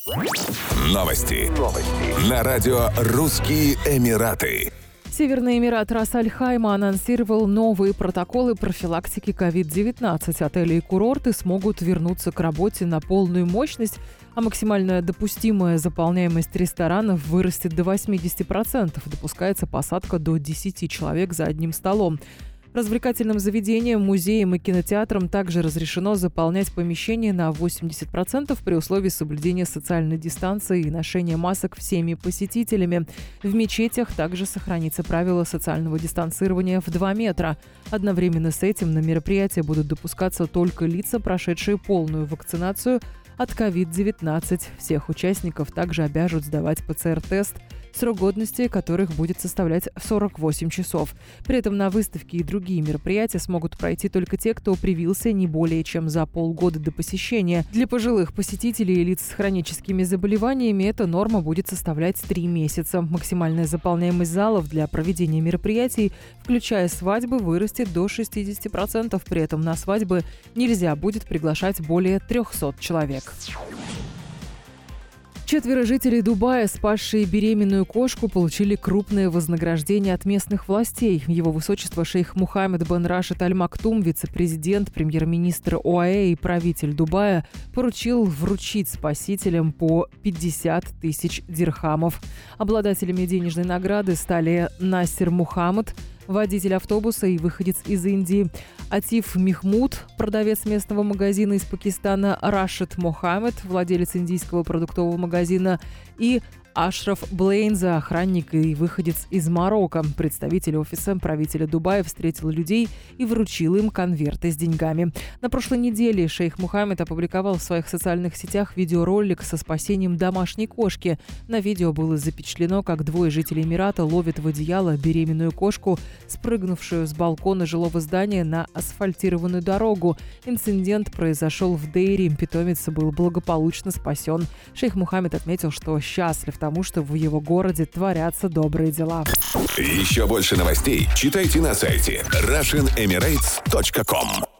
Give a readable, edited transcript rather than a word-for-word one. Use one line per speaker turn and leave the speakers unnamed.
Новости. На радио «Русские Эмираты».
Северный Эмират Рас Аль-Хайма анонсировал новые протоколы профилактики COVID-19. Отели и курорты смогут вернуться к работе на полную мощность, а максимальная допустимая заполняемость ресторанов вырастет до 80%. Допускается посадка до 10 человек за одним столом. Развлекательным заведениям, музеям и кинотеатрам также разрешено заполнять помещения на 80% при условии соблюдения социальной дистанции и ношения масок всеми посетителями. В мечетях также сохранится правило социального дистанцирования в 2 метра. Одновременно с этим на мероприятия будут допускаться только лица, прошедшие полную вакцинацию от COVID-19. Всех участников также обяжут сдавать ПЦР-тест, срок годности которых будет составлять 48 часов. При этом на выставки и другие мероприятия смогут пройти только те, кто привился не более чем за полгода до посещения. Для пожилых посетителей и лиц с хроническими заболеваниями эта норма будет составлять 3 месяца. Максимальная заполняемость залов для проведения мероприятий, включая свадьбы, вырастет до 60%. При этом на свадьбы нельзя будет приглашать более 300 человек. 4 жителей Дубая, спасшие беременную кошку, получили крупное вознаграждение от местных властей. Его высочество шейх Мухаммед бен Рашид Аль Мактум, вице-президент, премьер-министр ОАЭ и правитель Дубая, поручил вручить спасителям по 50 тысяч дирхамов. Обладателями денежной награды стали Насир Мухаммад, водитель автобуса и выходец из Индии, Атиф Михмуд, продавец местного магазина из Пакистана, Рашид Мохаммед, владелец индийского продуктового магазина, и Ашраф Блейнза, охранник и выходец из Марокко. Представитель офиса правителя Дубая встретил людей и вручил им конверты с деньгами. На прошлой неделе шейх Мухаммед опубликовал в своих социальных сетях видеоролик со спасением домашней кошки. На видео было запечатлено, как 2 жителей Эмирата ловят в одеяло беременную кошку, спрыгнувшую с балкона жилого здания на асфальтированную дорогу. Инцидент произошел в Дейре. Питомец был благополучно спасен. Шейх Мухаммед отметил, что счастлив тому, что в его городе творятся добрые дела.
Еще больше новостей читайте на сайте RussianEmirates.com.